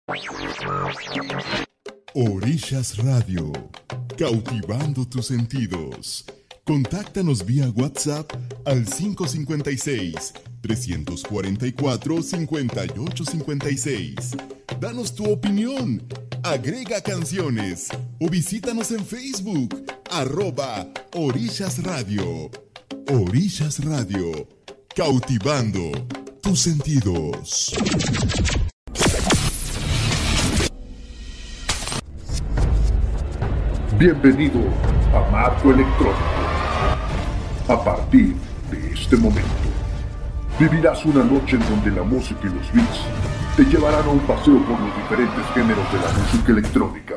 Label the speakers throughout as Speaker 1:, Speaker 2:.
Speaker 1: Orillas Radio, cautivando tus sentidos. Contáctanos vía WhatsApp al 556-344-5856. Danos tu opinión, agrega canciones o visítanos en Facebook, @Orillas Radio. Orillas Radio, cautivando tus sentidos.
Speaker 2: Bienvenido a Marco Electrónico. A partir de este momento, vivirás una noche en donde la música y los beats te llevarán a un paseo por los diferentes géneros de la música electrónica.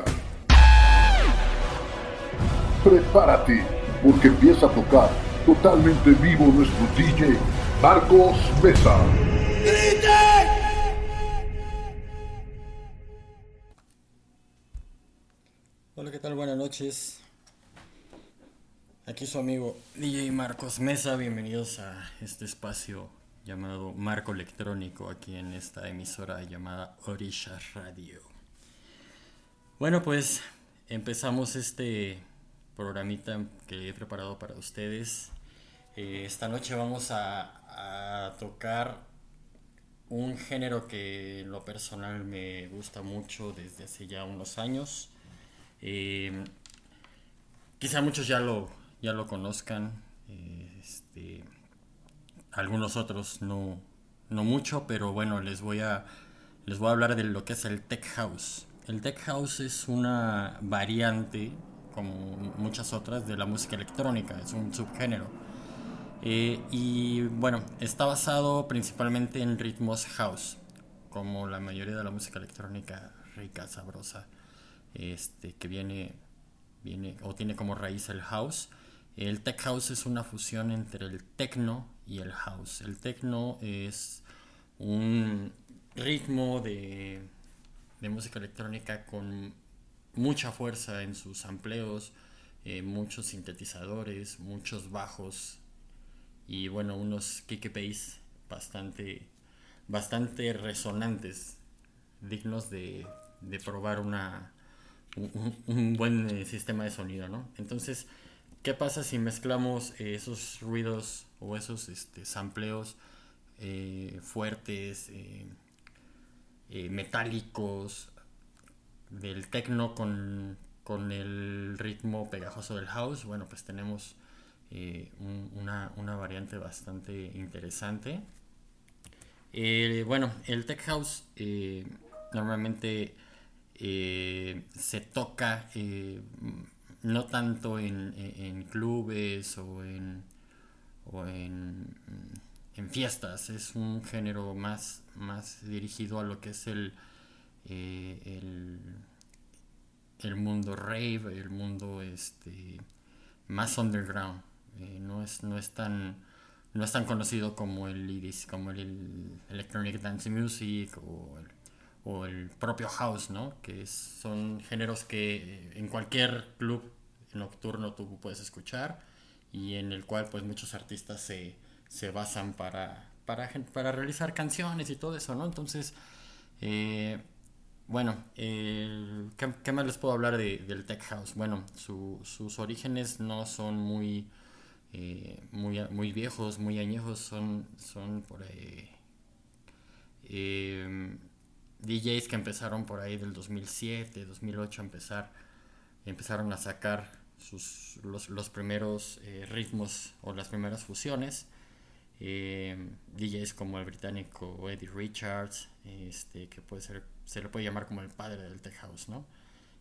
Speaker 2: Prepárate, porque empieza a tocar totalmente vivo nuestro DJ Marcos Mesa.
Speaker 3: Hola, ¿qué tal? Buenas noches. Aquí su amigo DJ Marcos Mesa. Bienvenidos a este espacio llamado Marco Electrónico, aquí en esta emisora llamada Orillas Radio. Bueno, pues empezamos este programita que he preparado para ustedes. Esta noche vamos a tocar un género que en lo personal me gusta mucho desde hace ya unos años. Quizá muchos ya lo conozcan, algunos otros no mucho, pero bueno, les voy a hablar de lo que es el Tech House. El Tech House es una variante, como muchas otras, de la música electrónica, es un subgénero. Y bueno, está basado principalmente en ritmos house, como la mayoría de la música electrónica rica, sabrosa. Que viene o tiene como raíz el house. El tech house es una fusión entre el techno y el house. El techno es un ritmo de música electrónica con mucha fuerza en sus sampleos, muchos sintetizadores, muchos bajos y bueno, unos kick bass bastante resonantes, dignos de probar un buen sistema de sonido, ¿no? Entonces, ¿qué pasa si mezclamos esos ruidos o esos sampleos fuertes, metálicos del techno con el ritmo pegajoso del house? Bueno, pues tenemos una variante bastante interesante. Bueno, el tech house normalmente se toca no tanto en clubes o en fiestas. Es un género más dirigido a lo que es el mundo rave, el mundo más underground. No es tan conocido como el electronic dance music o el propio house, ¿no? Que son géneros que en cualquier club nocturno tú puedes escuchar y en el cual pues muchos artistas se basan para realizar canciones y todo eso, ¿no? Entonces, bueno, ¿qué más les puedo hablar del tech house? Bueno, sus orígenes no son muy viejos, muy añejos, son por ahí DJs que empezaron por ahí del 2007, 2008 empezaron a sacar los primeros ritmos o las primeras fusiones. DJs como el británico Eddie Richards, que se le puede llamar como el padre del tech house, ¿no?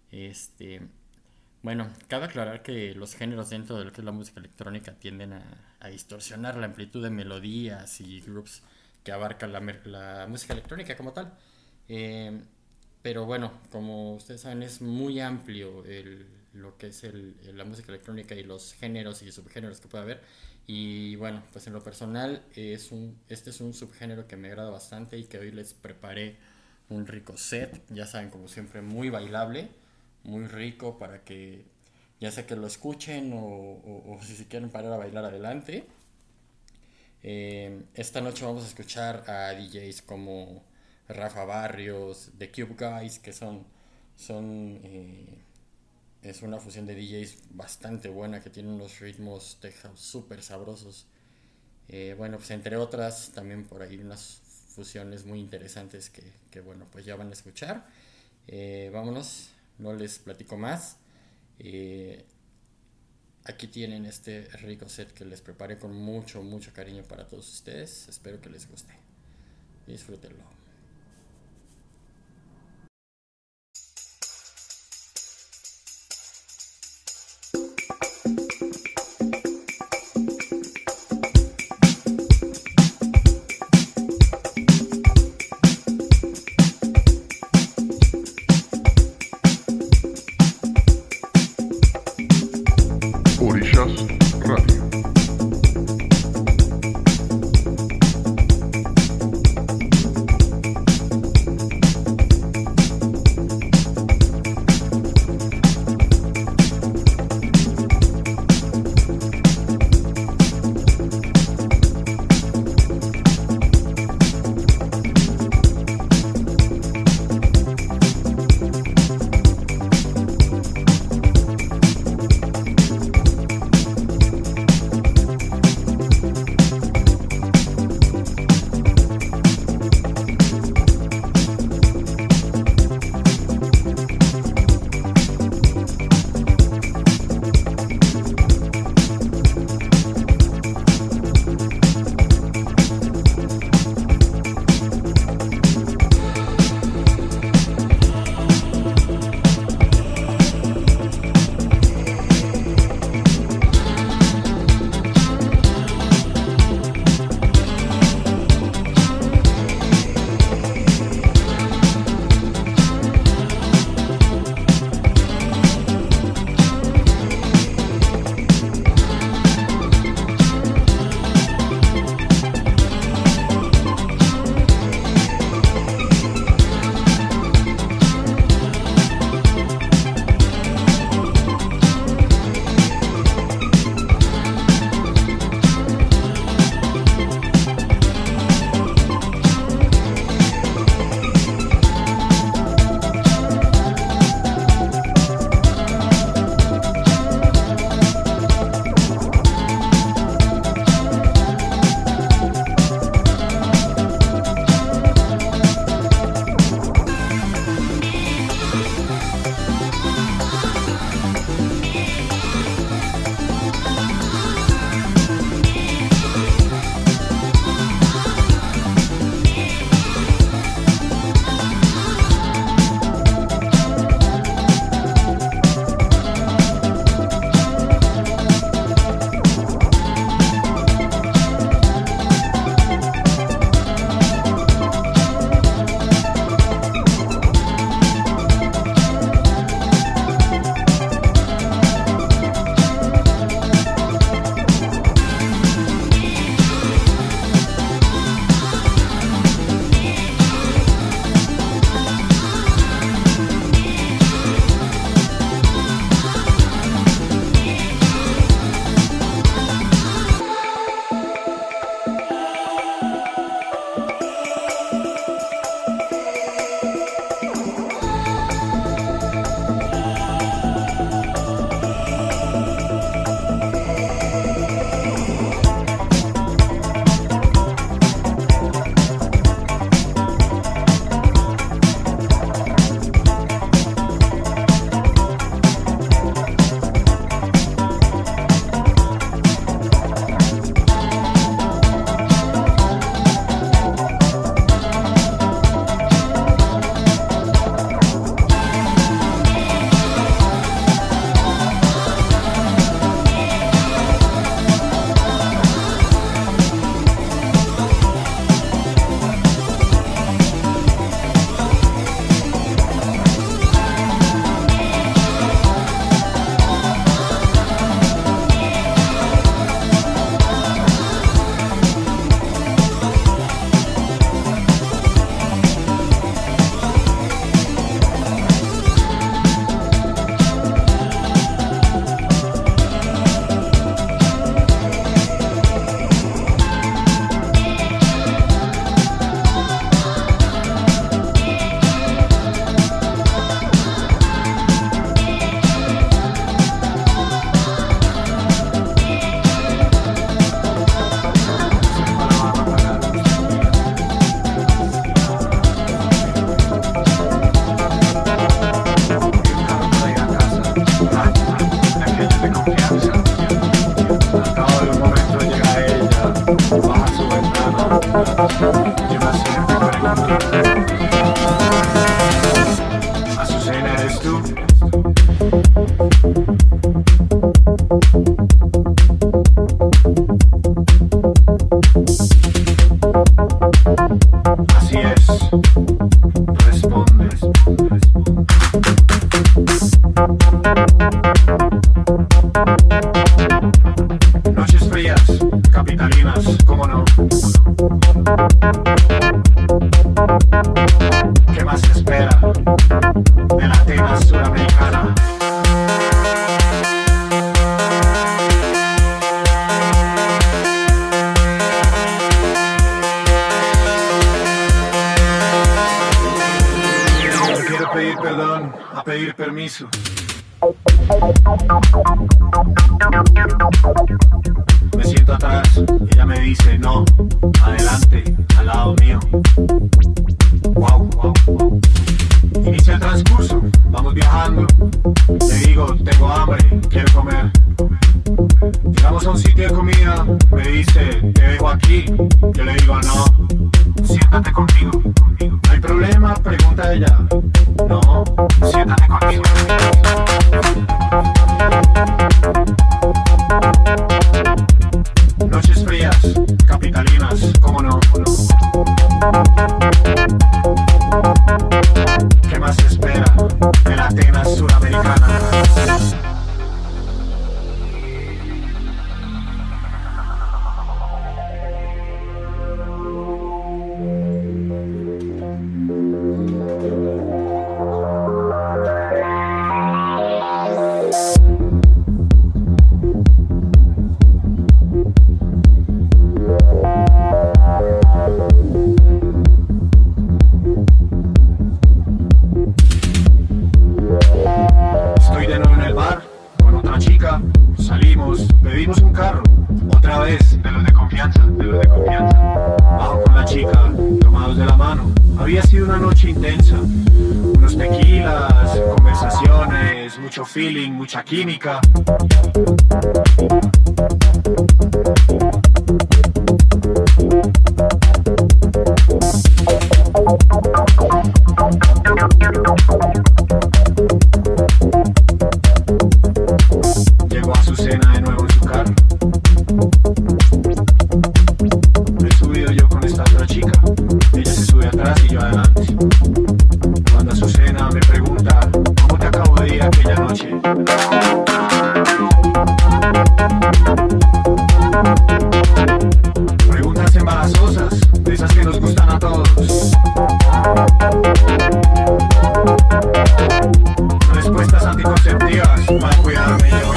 Speaker 3: Bueno, cabe aclarar que los géneros dentro de lo que es la música electrónica tienden a distorsionar la amplitud de melodías y groups que abarca la música electrónica como tal. Pero bueno, como ustedes saben, es muy amplio lo que es la música electrónica y los géneros y subgéneros que puede haber. Y bueno, pues en lo personal este es un subgénero que me agrada bastante y que hoy les preparé un rico set, ya saben, como siempre, muy bailable, muy rico para que ya sea que lo escuchen o si se quieren parar a bailar adelante. Esta noche vamos a escuchar a DJs como Rafa Barrios, The Cube Guys, que es una fusión de DJs bastante buena, que tiene unos ritmos tech house súper sabrosos. Bueno, pues entre otras, también por ahí unas fusiones muy interesantes que bueno, pues ya van a escuchar. Vámonos, no les platico más. Aquí tienen este rico set que les preparé con mucho cariño para todos ustedes. Espero que les guste. Disfrútenlo.
Speaker 2: Orillas Radio.
Speaker 4: pasa? Llevo siempre preguntando. Azucena, ¿eres tú? Así es. Responde. Noches frías, capitalinas, ¿cómo no? ¿Qué más se espera de la Atenas suramericana? No quiero pedir perdón, a pedir permiso. Me siento atrás, ella me dice no, adelante, al lado mío. Wow, wow, wow. Inicia el transcurso, vamos viajando. Le digo, tengo hambre, quiero comer. Llegamos a un sitio de comida, me dice, te dejo aquí. Yo le digo, no, siéntate conmigo. No hay problema, pregunta ella. No, siéntate conmigo. Noches frías, capitalinas, ¿cómo no? ¿Qué más se espera de la Atenas suramericana? Pedimos un carro, otra vez, de los de confianza. Bajo con la chica, tomados de la mano. Había sido una noche intensa. Unos tequilas, conversaciones, mucho feeling, mucha química. Llegó Azucena de nuevo en su carro. Me he subido yo con esta otra chica. Ella se sube atrás y yo adelante. Cuando Azucena me pregunta ¿cómo te acabo de ir aquella noche? Preguntas embarazosas, de esas que nos gustan a todos. Respuestas anticonceptivas para cuidarme yo.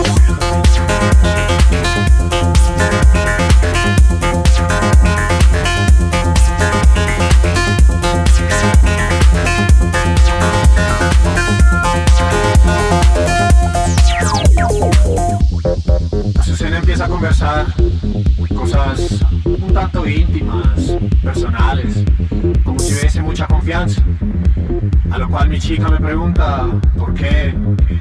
Speaker 4: Azucena empieza a conversar cosas un tanto íntimas, personales, como si hubiese mucha confianza. A lo cual mi chica me pregunta ¿por qué?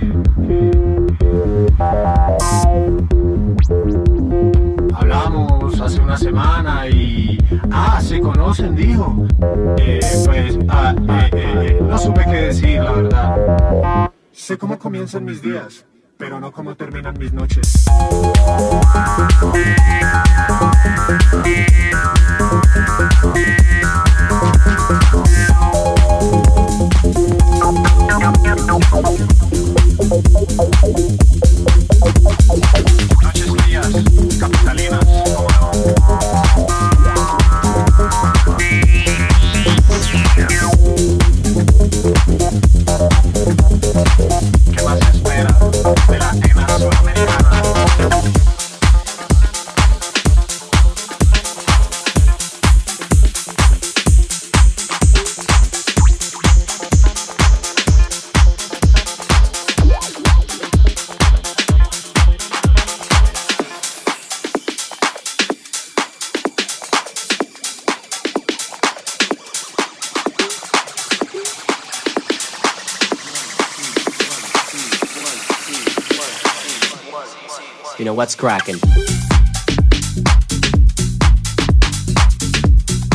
Speaker 4: Hablamos hace una semana y... se conocen, dijo. No supe qué decir, la verdad. Sé cómo comienzan mis días, pero no cómo terminan mis noches. Noches frías, capitalinas, ¿cómo no? ¿Qué más se espera de la Atenas suramericana?
Speaker 5: You know what's cracking?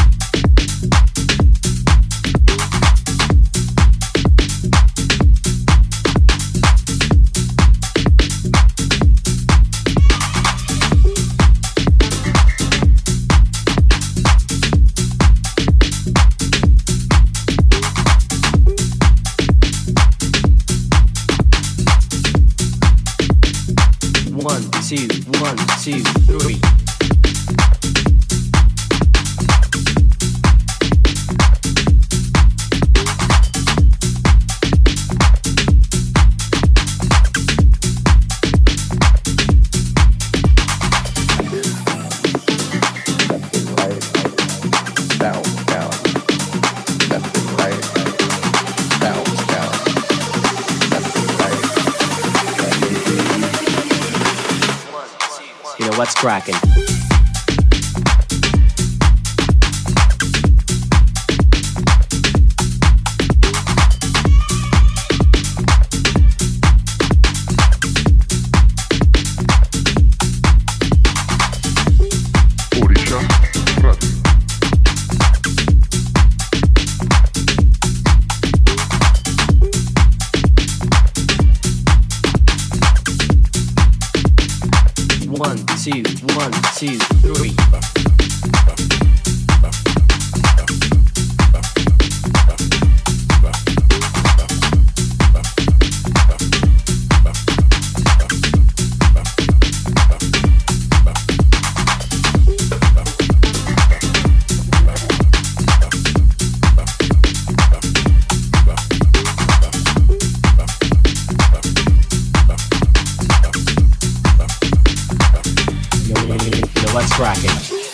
Speaker 5: two, three. What's cracking? One, two, three. What's cracking?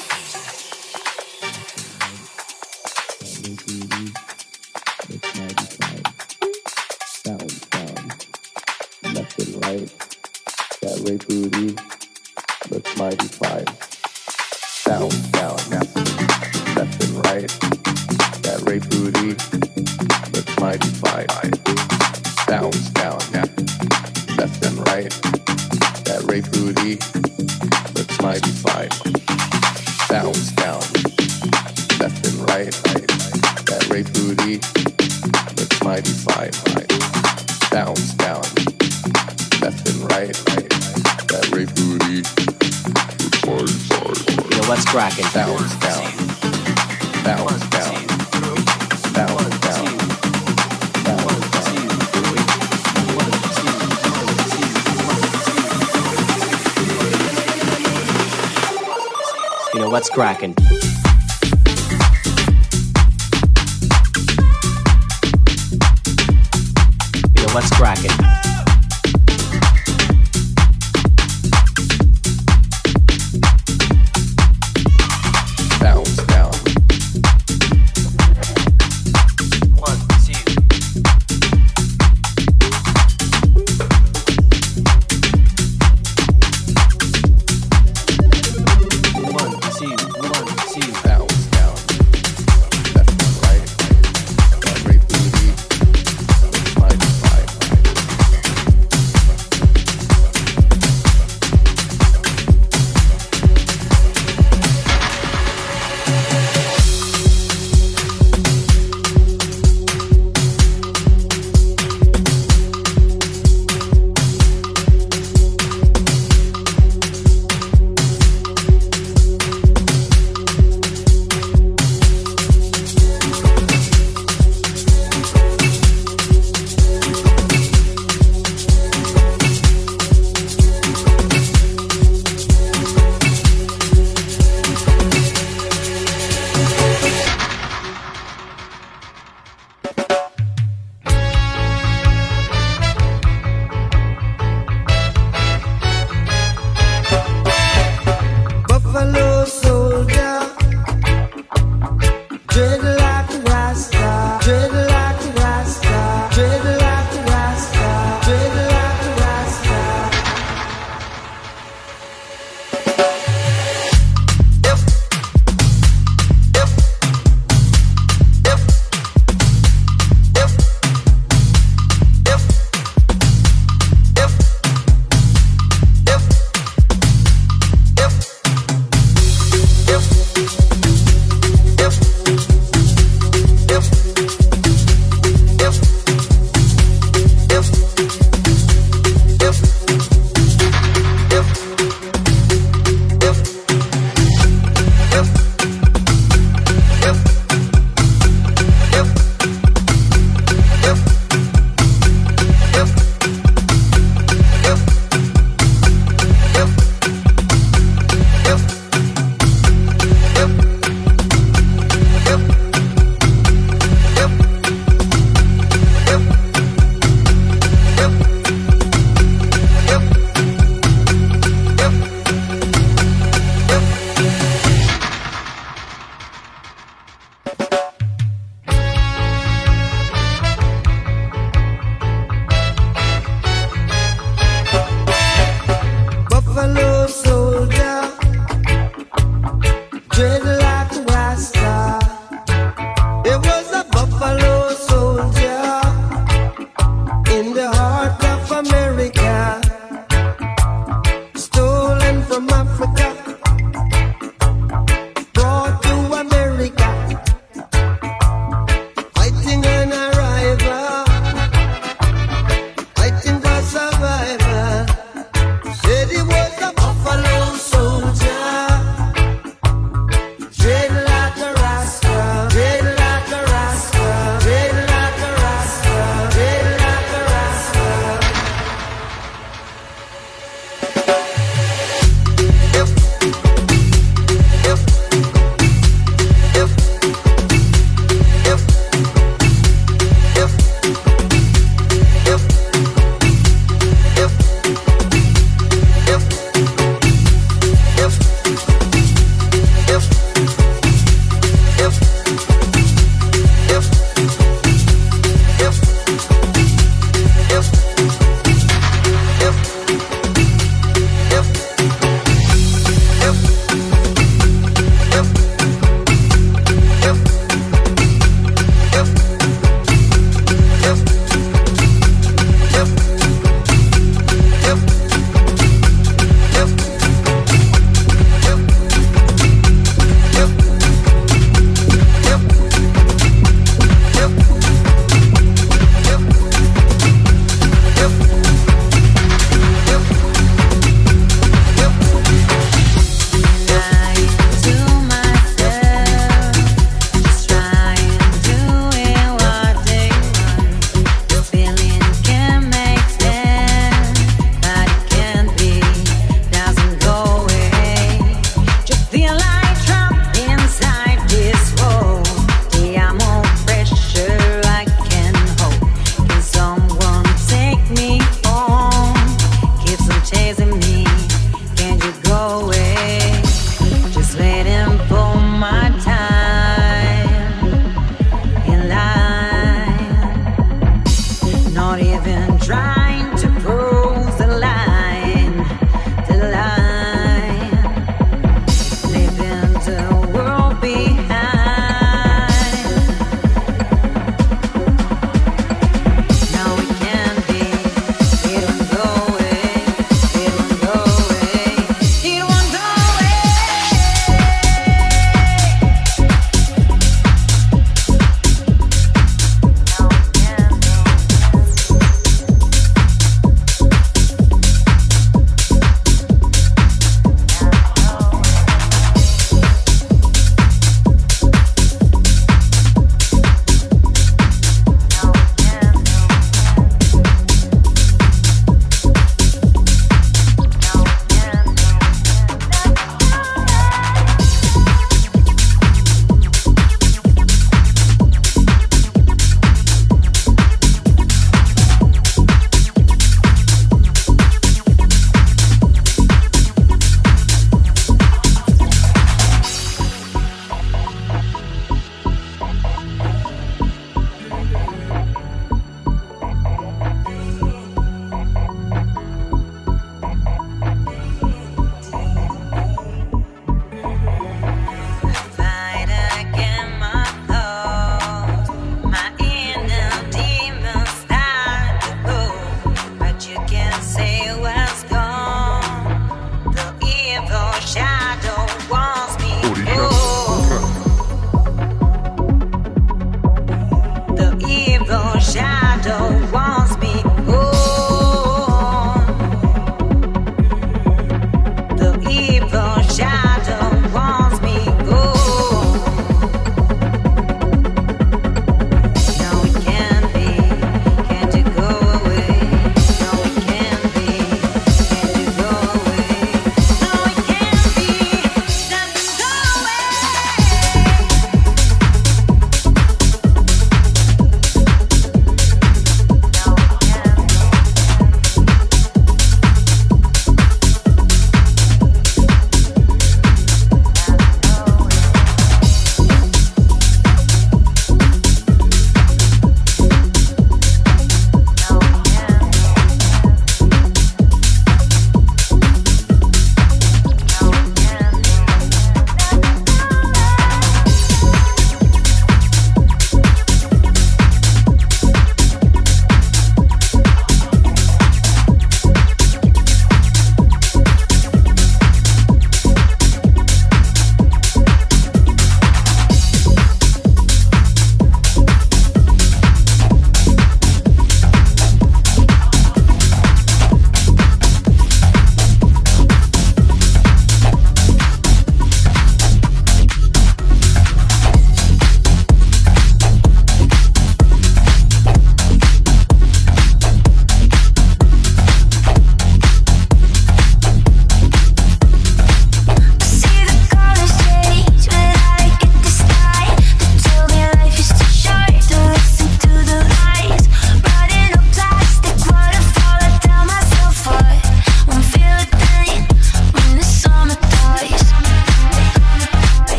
Speaker 6: Left and right, that Ray booty looks mighty fine. Down, now. Left and right, that Ray booty looks mighty fine. Down, now. Left and right, that Ray booty looks mighty fine. Down, left and right, that Ray booty looks mighty fine. Down, left and right, that Ray booty looks mighty fine.
Speaker 5: Yo, what's cracking?
Speaker 6: Down.
Speaker 5: You know what's cracking? You know what's cracking?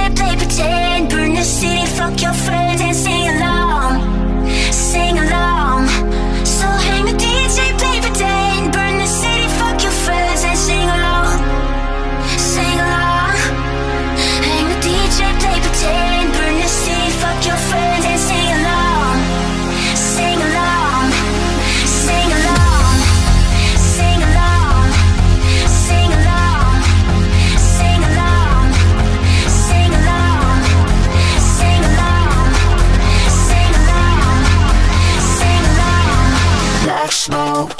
Speaker 7: play pretend. Burn the city, fuck your friends and sing along. Sing along. So hang the DJ, play pretend. Burn the city, fuck your friends and sing along. Sing along. Hang the DJ, play pretend. Burn the city, fuck your friends and sing along. Sing along. Sing along. Sing along. Sing along. Sing along. Sing along. Sing along. Sing along. Sing along. Black smoke.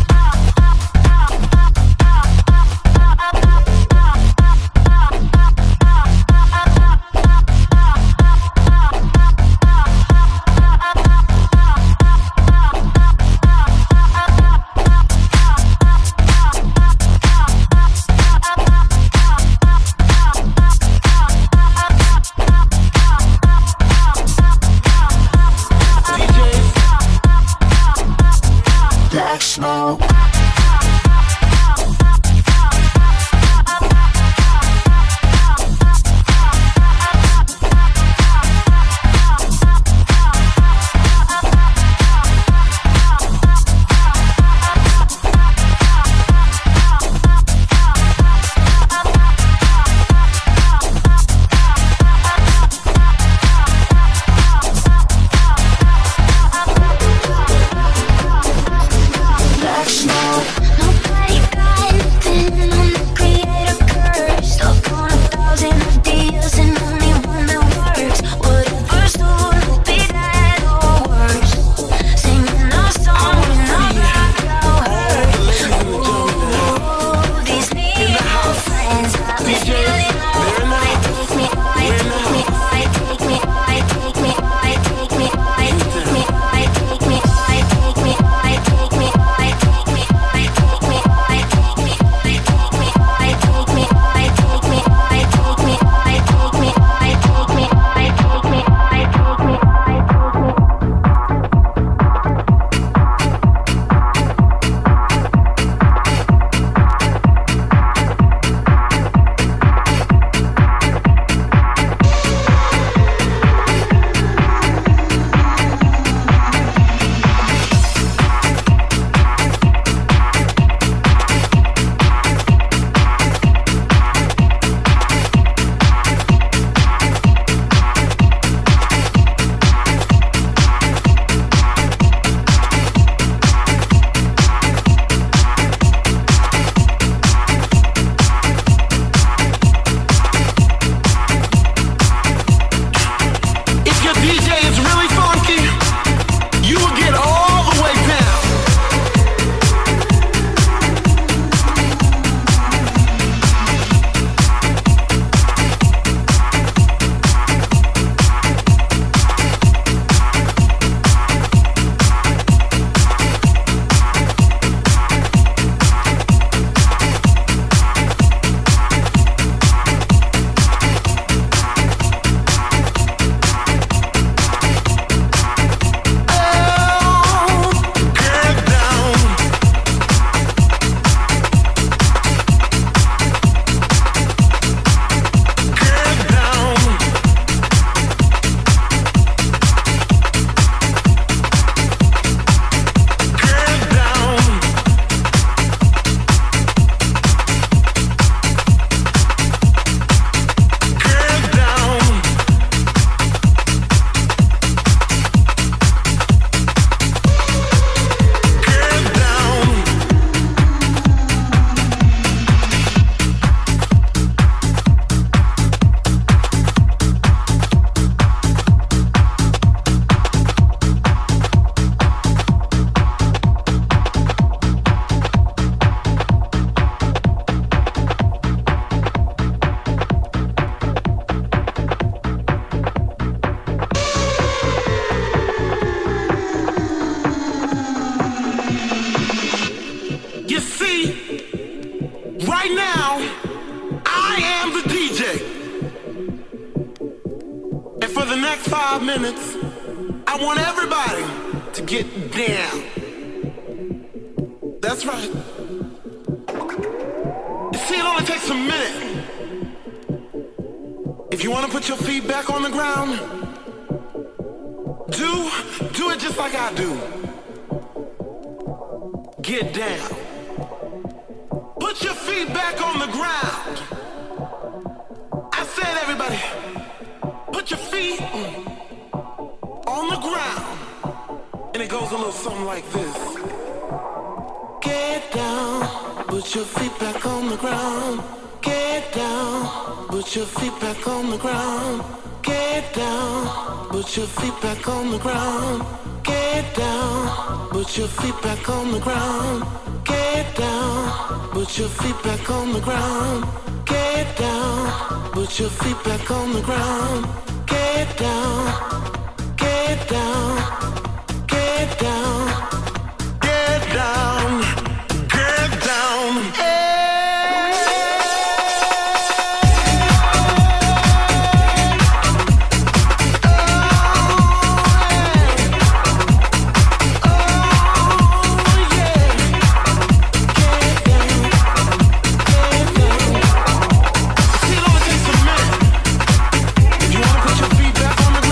Speaker 7: Black smoke. Black smoke. Nobody got nothing on the creator curse. Stuck on 1,000 ideas and only one that works. Whatever's good will be that or worse. Singing our song with no blackout hurt. Ooh, these Negro friends got me feeling alright. Take me, I take me, I take me, I take me, I take me, I take me, I take me, I take me, I take me, I take me, I take me, I take me, I take me, I take me, I take me, I take me, I take me, I take me, I take me, I take me,
Speaker 8: If your DJ is really funky, you will get all the way down. You see, right now, I am the DJ. And for the next 5 minutes, I want everybody to get down. That's right. You see, it only takes a minute. If If you wanna put your feet back on the ground, do it just like I do. Get down. Put your feet back on the ground. I said, everybody, put your feet on the ground. And it goes a little something like this. Get down, put your feet back on the ground. Get down, put your feet back on the ground. Get down, put your feet back on the ground. Get down, put your feet back on the ground. Get down, put your feet back on the ground. Get down, put your feet back on the ground. Get down, get down, get down, get down, get down.
Speaker 7: If you wanna put your feet back on the ground.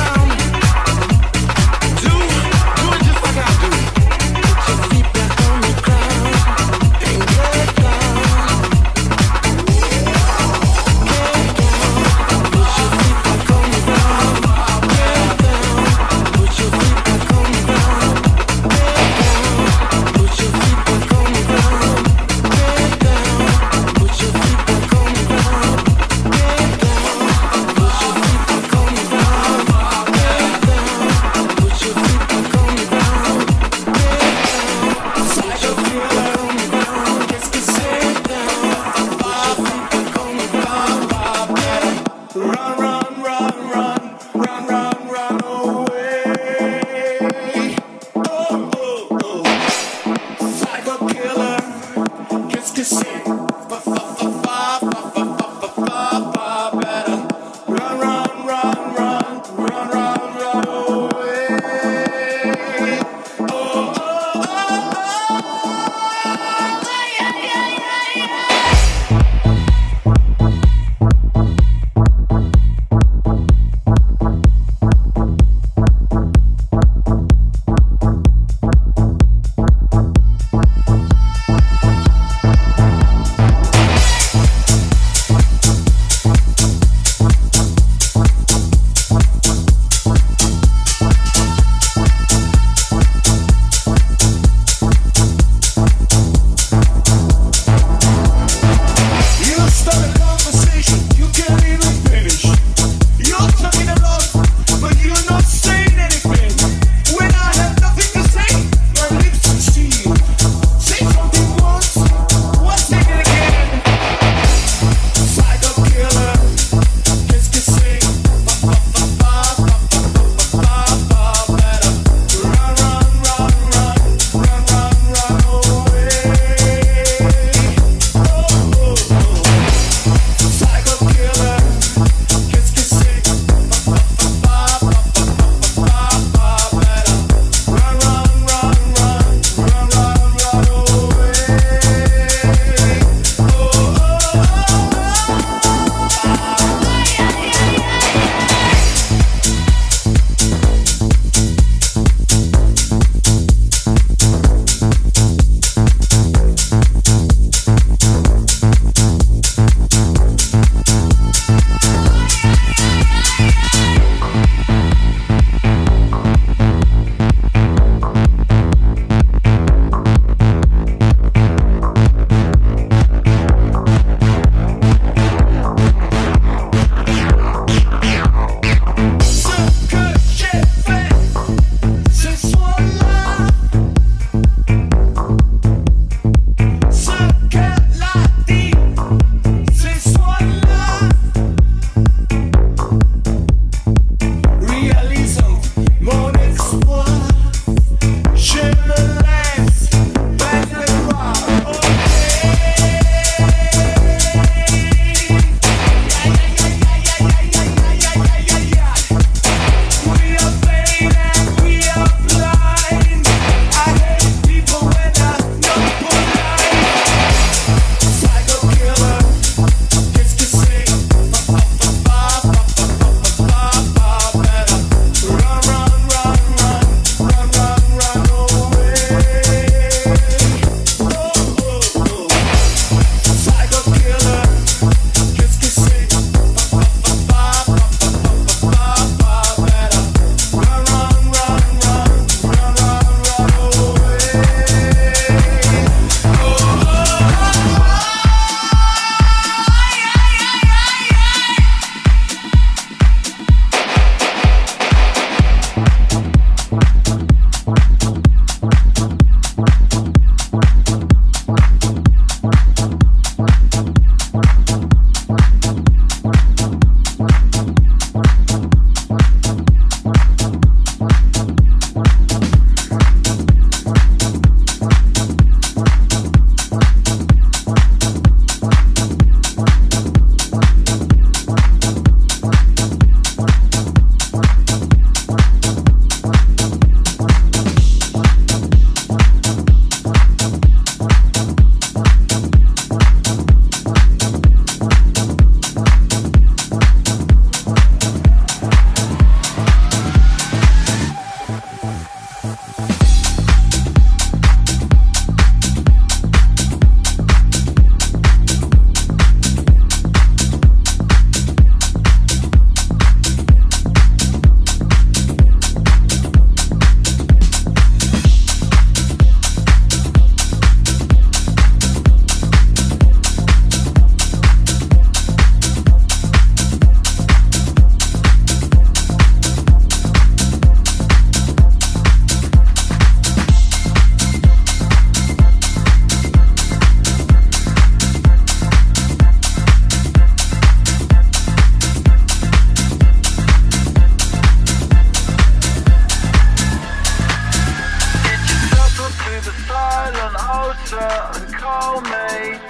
Speaker 9: soulmate.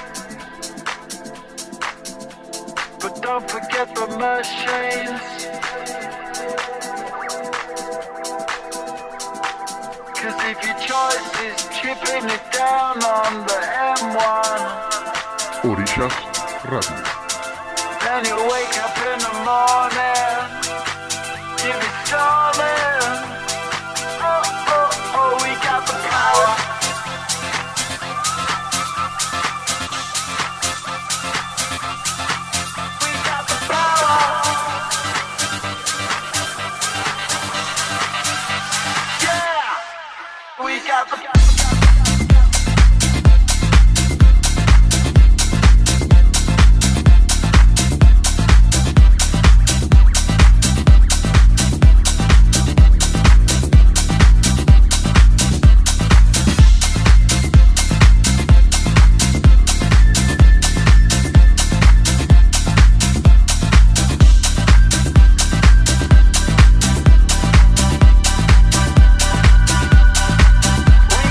Speaker 9: But don't forget the machines. 'Cause if your choice is chipping it down on the M1,
Speaker 2: Orillas Radio.
Speaker 9: then you wake up in the morning, you be stalling. Oh, oh, oh, we got the power. We got the power. Yeah, we got the power. We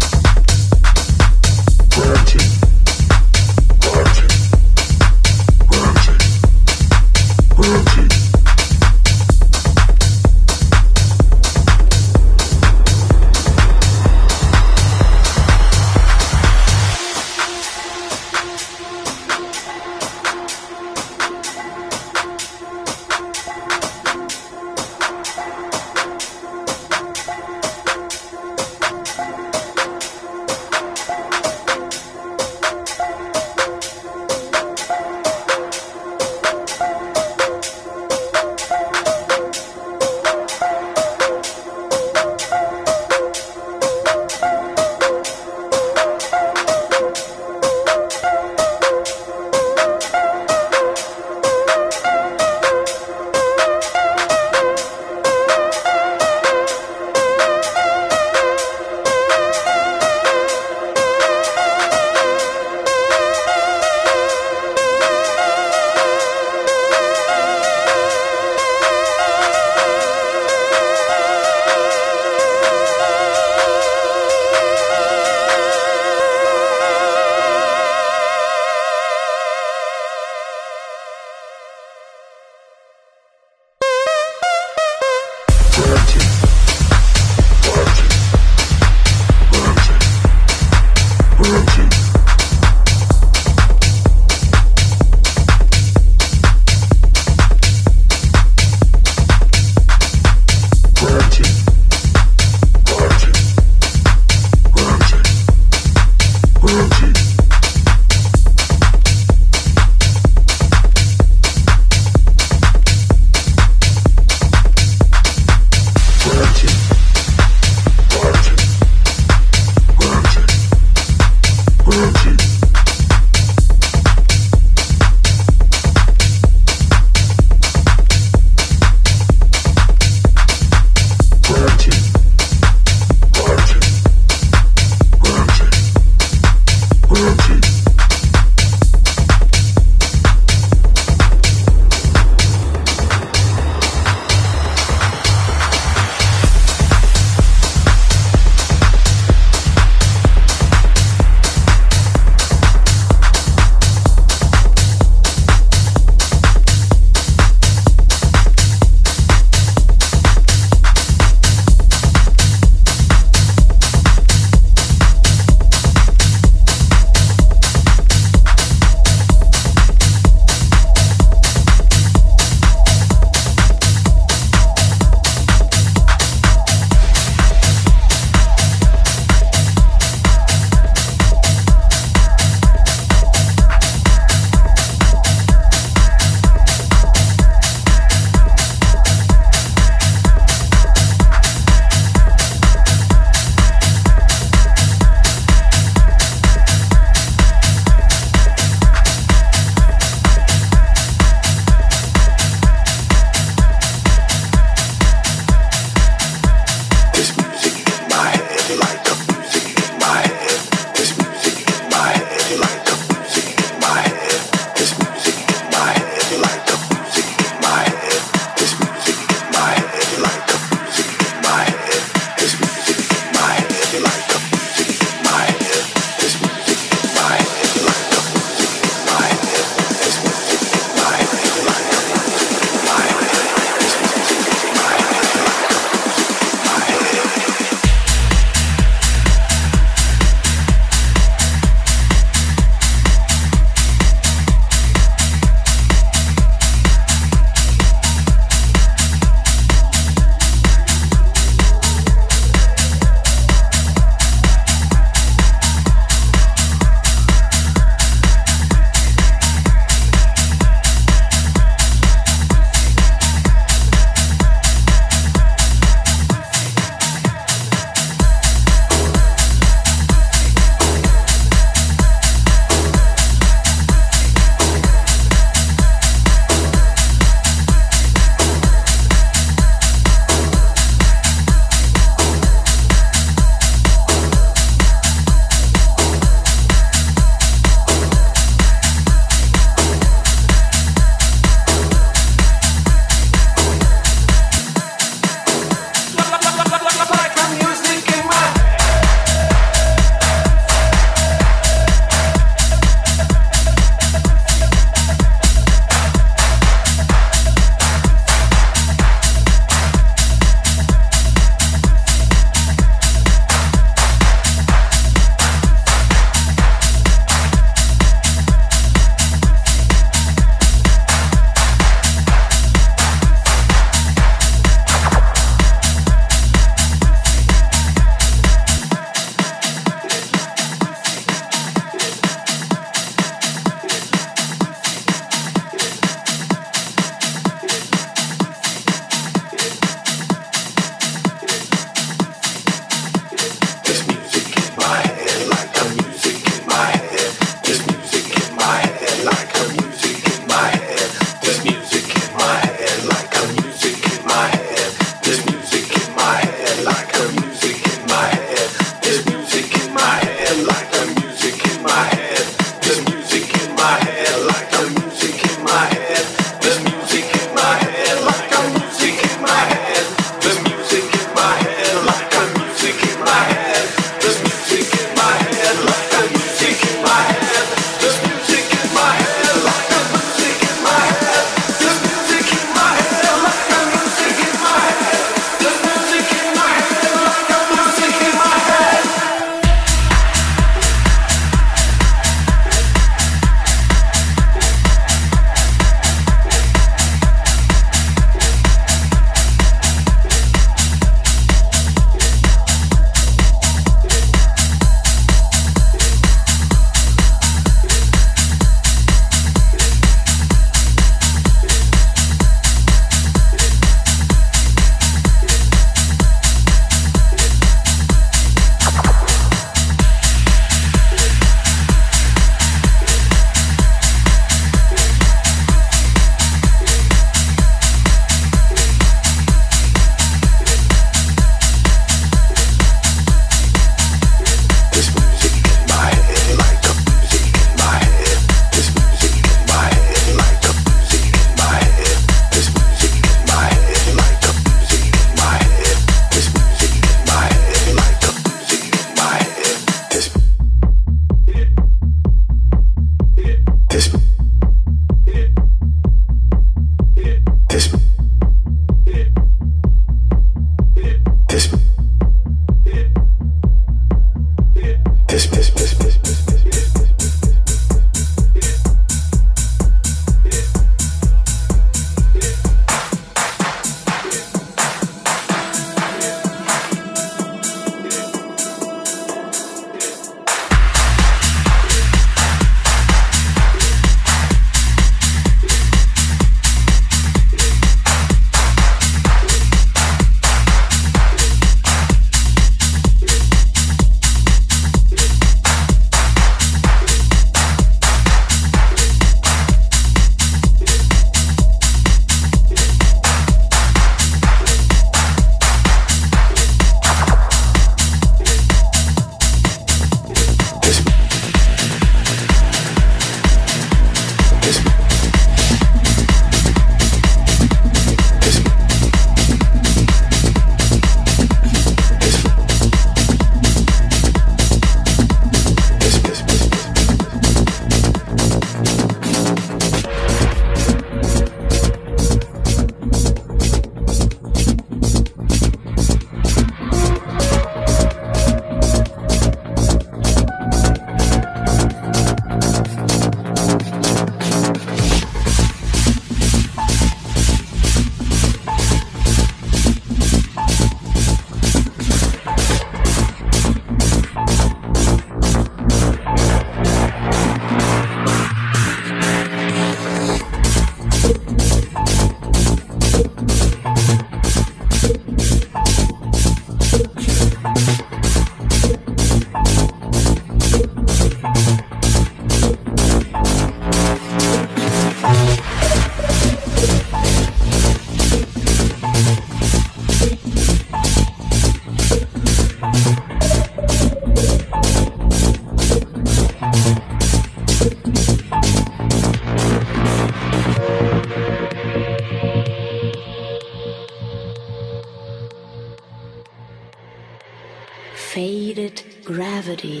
Speaker 7: Faded gravity.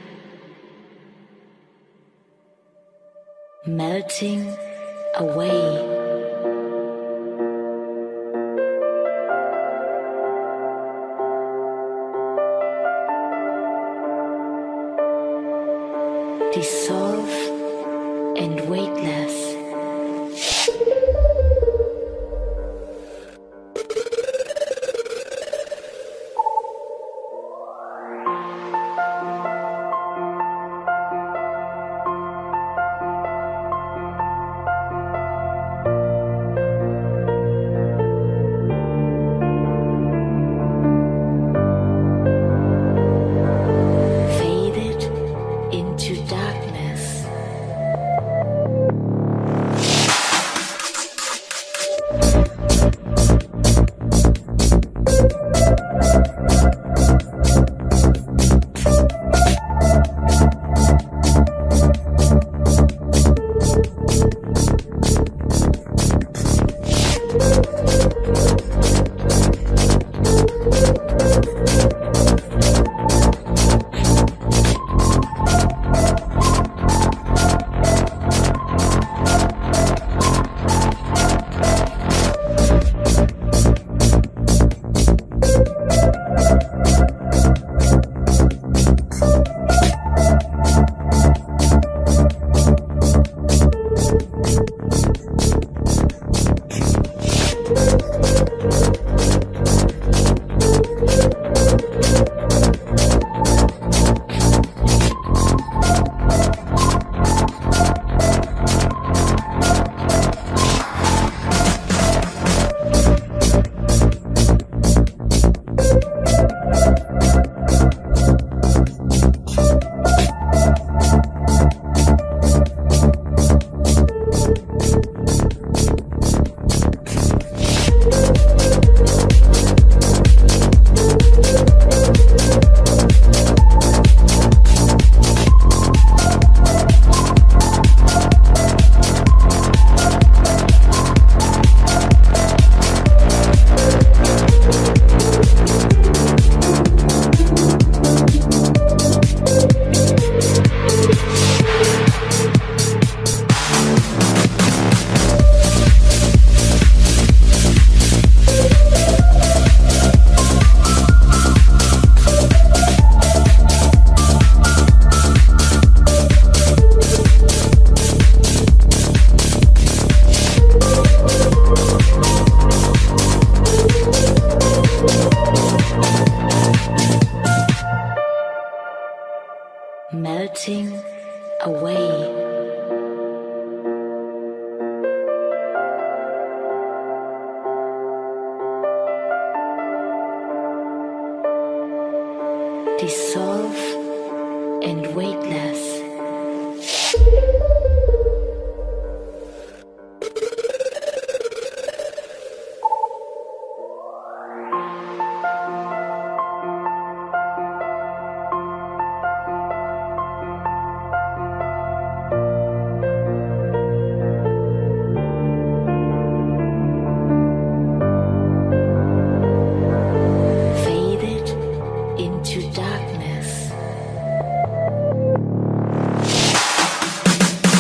Speaker 7: Melting away. Dissolve and weightless. Faded into darkness. Melting away. Dissolve and weightless. Faded into darkness.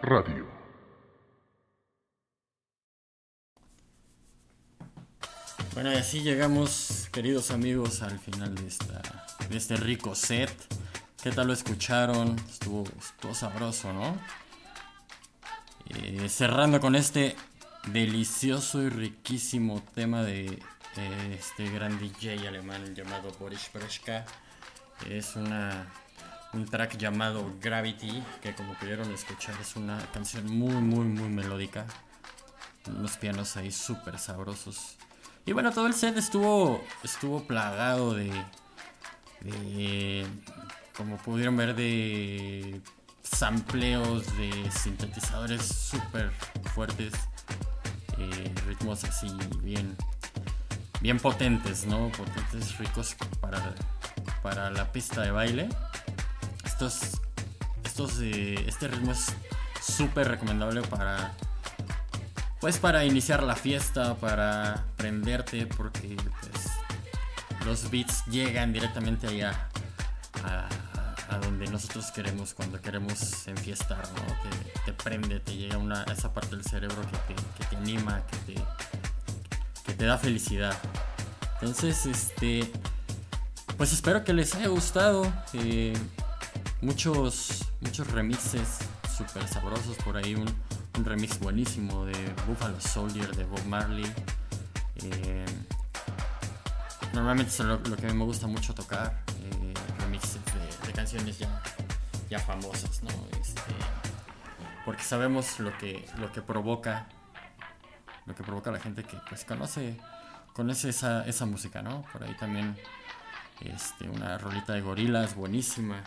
Speaker 2: Radio.
Speaker 3: Bueno, y así llegamos, queridos amigos, al final de este rico set. ¿Qué tal lo escucharon? Estuvo sabroso, ¿no? Cerrando con este delicioso y riquísimo tema de este gran DJ alemán llamado Boris Brejcha. Es un track llamado Gravity, que como pudieron escuchar es una canción muy melódica. Unos pianos ahí súper sabrosos. Y bueno, todo el set estuvo plagado de como pudieron ver, de sampleos, de sintetizadores súper fuertes, ritmos así bien potentes, ¿no? Potentes, ricos para la pista de baile. Este ritmo es súper recomendable para iniciar la fiesta, para prenderte, porque pues los beats llegan directamente allá a donde nosotros queremos, cuando queremos enfiestar, ¿no? Te prende, te llega esa parte del cerebro que te anima, que te da felicidad. Entonces, pues espero que les haya gustado. Muchos remixes súper sabrosos por ahí. Un remix buenísimo de Buffalo Soldier de Bob Marley. Normalmente es lo que a mí me gusta mucho tocar, remixes de canciones ya famosas, ¿no? Porque sabemos lo que provoca a la gente que pues conoce esa música, ¿no? Por ahí también una rolita de Gorillaz buenísima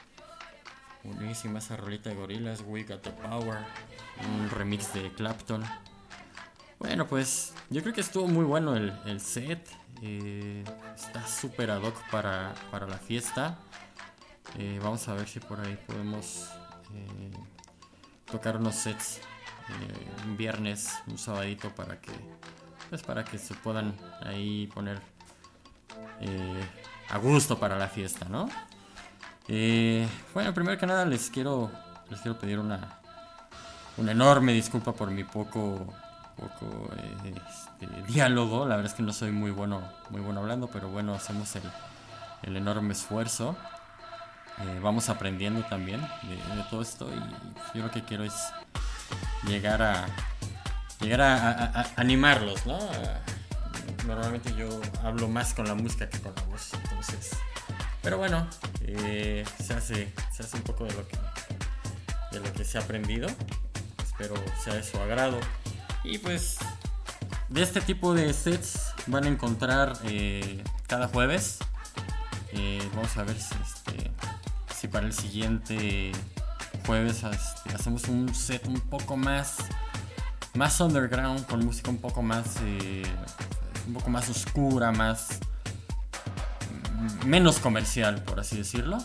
Speaker 3: esa rolita de Gorillaz, We Got the Power, un remix de Clapton. Bueno, pues yo creo que estuvo muy bueno el set. Está súper ad hoc para la fiesta. Vamos a ver si por ahí podemos tocar unos sets un viernes, un sabadito, para que se puedan ahí poner a gusto para la fiesta, ¿no? Bueno, primero que nada les quiero pedir una enorme disculpa por mi poco diálogo. La verdad es que no soy muy bueno hablando, pero bueno, hacemos el enorme esfuerzo. Vamos aprendiendo también de todo esto, y yo lo que quiero es llegar a animarlos, ¿no? Normalmente yo hablo más con la música que con la voz, entonces, pero bueno, se hace un poco de lo que se ha aprendido. Espero sea de su agrado. Y pues de este tipo de sets van a encontrar cada jueves. Vamos a ver si para el siguiente jueves hacemos un set un poco más underground, con música un poco más oscura, menos comercial, por así decirlo.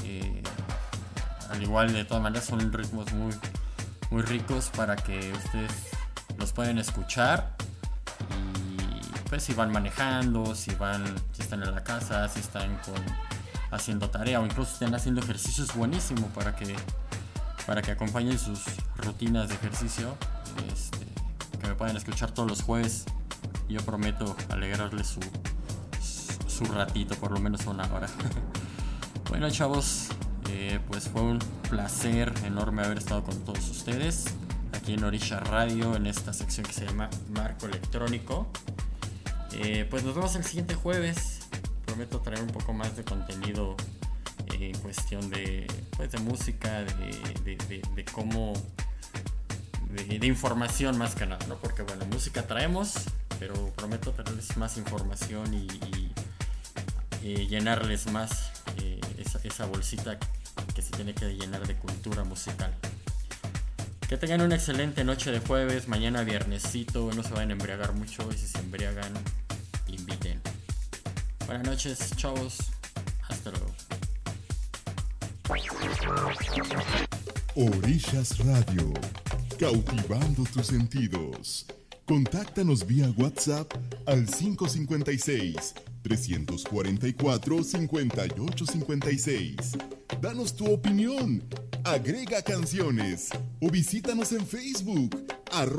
Speaker 3: Al igual, de todas maneras, son ritmos muy ricos para que ustedes los pueden escuchar. Y pues si van manejando, si están en la casa, si están haciendo tarea, o incluso están haciendo ejercicio, es buenísimo para que acompañen sus rutinas de ejercicio. Que me pueden escuchar todos los jueves. Yo prometo alegrarles su ratito, por lo menos una hora. Bueno, chavos, pues fue un placer enorme haber estado con todos ustedes aquí en Orishas Radio, en esta sección que se llama Marco Electrónico. Pues nos vemos el siguiente jueves. Prometo traer un poco más de contenido en cuestión de música, de cómo, de información más que nada, ¿no? Porque bueno, música traemos, pero prometo traerles más información y llenarles más esa bolsita que se tiene que llenar de cultura musical. Que tengan una excelente noche de jueves. Mañana viernesito, no se vayan a embriagar mucho, y si se embriagan, inviten. Buenas noches, chavos. Hasta luego.
Speaker 1: Orishas Radio, cautivando tus sentidos. Contáctanos vía WhatsApp al 556 344-5856. Danos tu opinión, agrega canciones o visítanos en Facebook